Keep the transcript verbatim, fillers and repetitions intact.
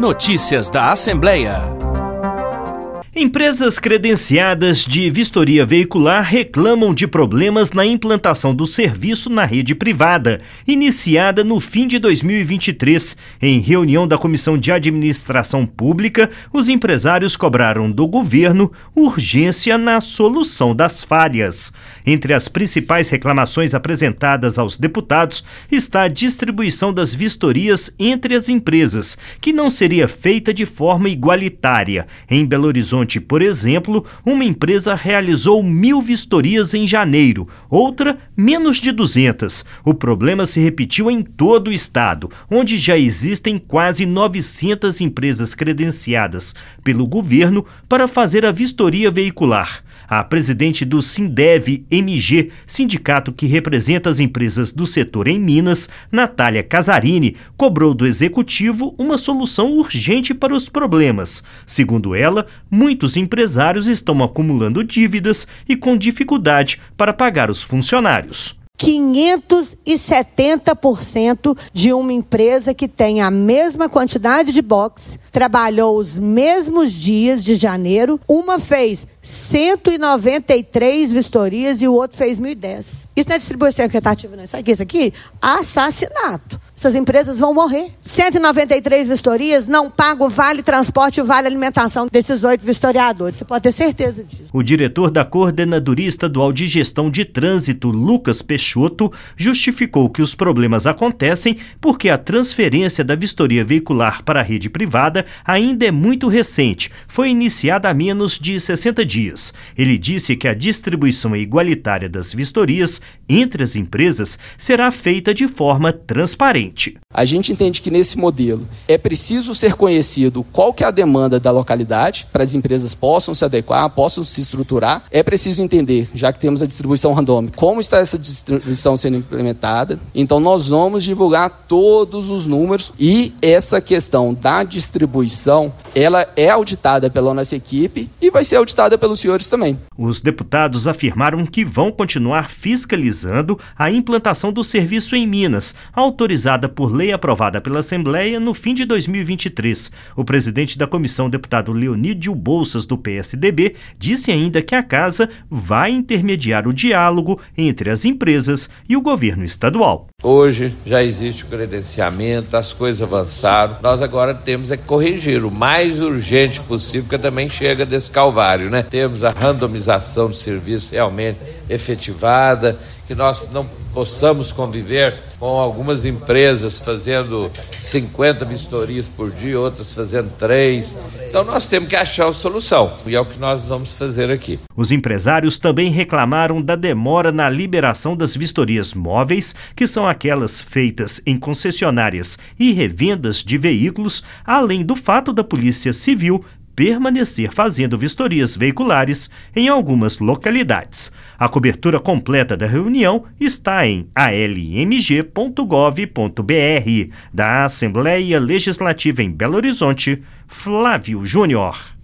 Notícias da Assembleia. Empresas credenciadas de vistoria veicular reclamam de problemas na implantação do serviço na rede privada, iniciada no fim de dois mil e vinte e três. Em reunião da Comissão de Administração Pública, os empresários cobraram do governo urgência na solução das falhas. Entre as principais reclamações apresentadas aos deputados está a distribuição das vistorias entre as empresas, que não seria feita de forma igualitária. Em Belo Horizonte, por exemplo, uma empresa realizou mil vistorias em janeiro, outra menos de duzentas. O problema se repetiu em todo o estado, onde já existem quase novecentas empresas credenciadas pelo governo para fazer a vistoria veicular. A presidente do Sindev M G, sindicato que representa as empresas do setor em Minas, Natália Casarini, cobrou do executivo uma solução urgente para os problemas. Segundo ela, muitos empresários estão acumulando dívidas e com dificuldade para pagar os funcionários. quinhentos e setenta por cento de uma empresa que tem a mesma quantidade de box, trabalhou os mesmos dias de janeiro, uma fez cento e noventa e três vistorias e o outro fez mil e dez. Isso não é distribuição equitativa, não. Sabe o que é isso aqui? Assassinato. Essas empresas vão morrer. cento e noventa e três vistorias não pagam o vale transporte e o vale alimentação desses oito vistoriadores. Você pode ter certeza disso. O diretor da Coordenadoria Estadual de Gestão de Trânsito, Lucas Peixoto, justificou que os problemas acontecem porque a transferência da vistoria veicular para a rede privada ainda é muito recente. Foi iniciada há menos de sessenta dias. Ele disse que a distribuição igualitária das vistorias entre as empresas será feita de forma transparente. A gente entende que nesse modelo é preciso ser conhecido qual que é a demanda da localidade para as empresas possam se adequar, possam se estruturar. É preciso entender, já que temos a distribuição randômica, como está essa distribuição sendo implementada. Então nós vamos divulgar todos os números e essa questão da distribuição, ela é auditada pela nossa equipe e vai ser auditada pelos senhores também. Os deputados afirmaram que vão continuar fiscalizando a implantação do serviço em Minas, autorizada por lei aprovada pela Assembleia no fim de dois mil e vinte e três. O presidente da comissão, deputado Leonídio Bolsas, do P S D B, disse ainda que a casa vai intermediar o diálogo entre as empresas e o governo estadual. Hoje já existe o credenciamento, as coisas avançaram. Nós agora temos é que corrigir o mais urgente possível, porque também chega desse calvário, né? Temos a randomização do serviço realmente efetivada, que nós não possamos conviver com algumas empresas fazendo cinquenta vistorias por dia, outras fazendo três. Então nós temos que achar a solução, e é o que nós vamos fazer aqui. Os empresários também reclamaram da demora na liberação das vistorias móveis, que são aquelas feitas em concessionárias e revendas de veículos, além do fato da Polícia Civil permanecer fazendo vistorias veiculares em algumas localidades. A cobertura completa da reunião está em a l m g ponto gov ponto b r. Da Assembleia Legislativa em Belo Horizonte, Flávio Júnior.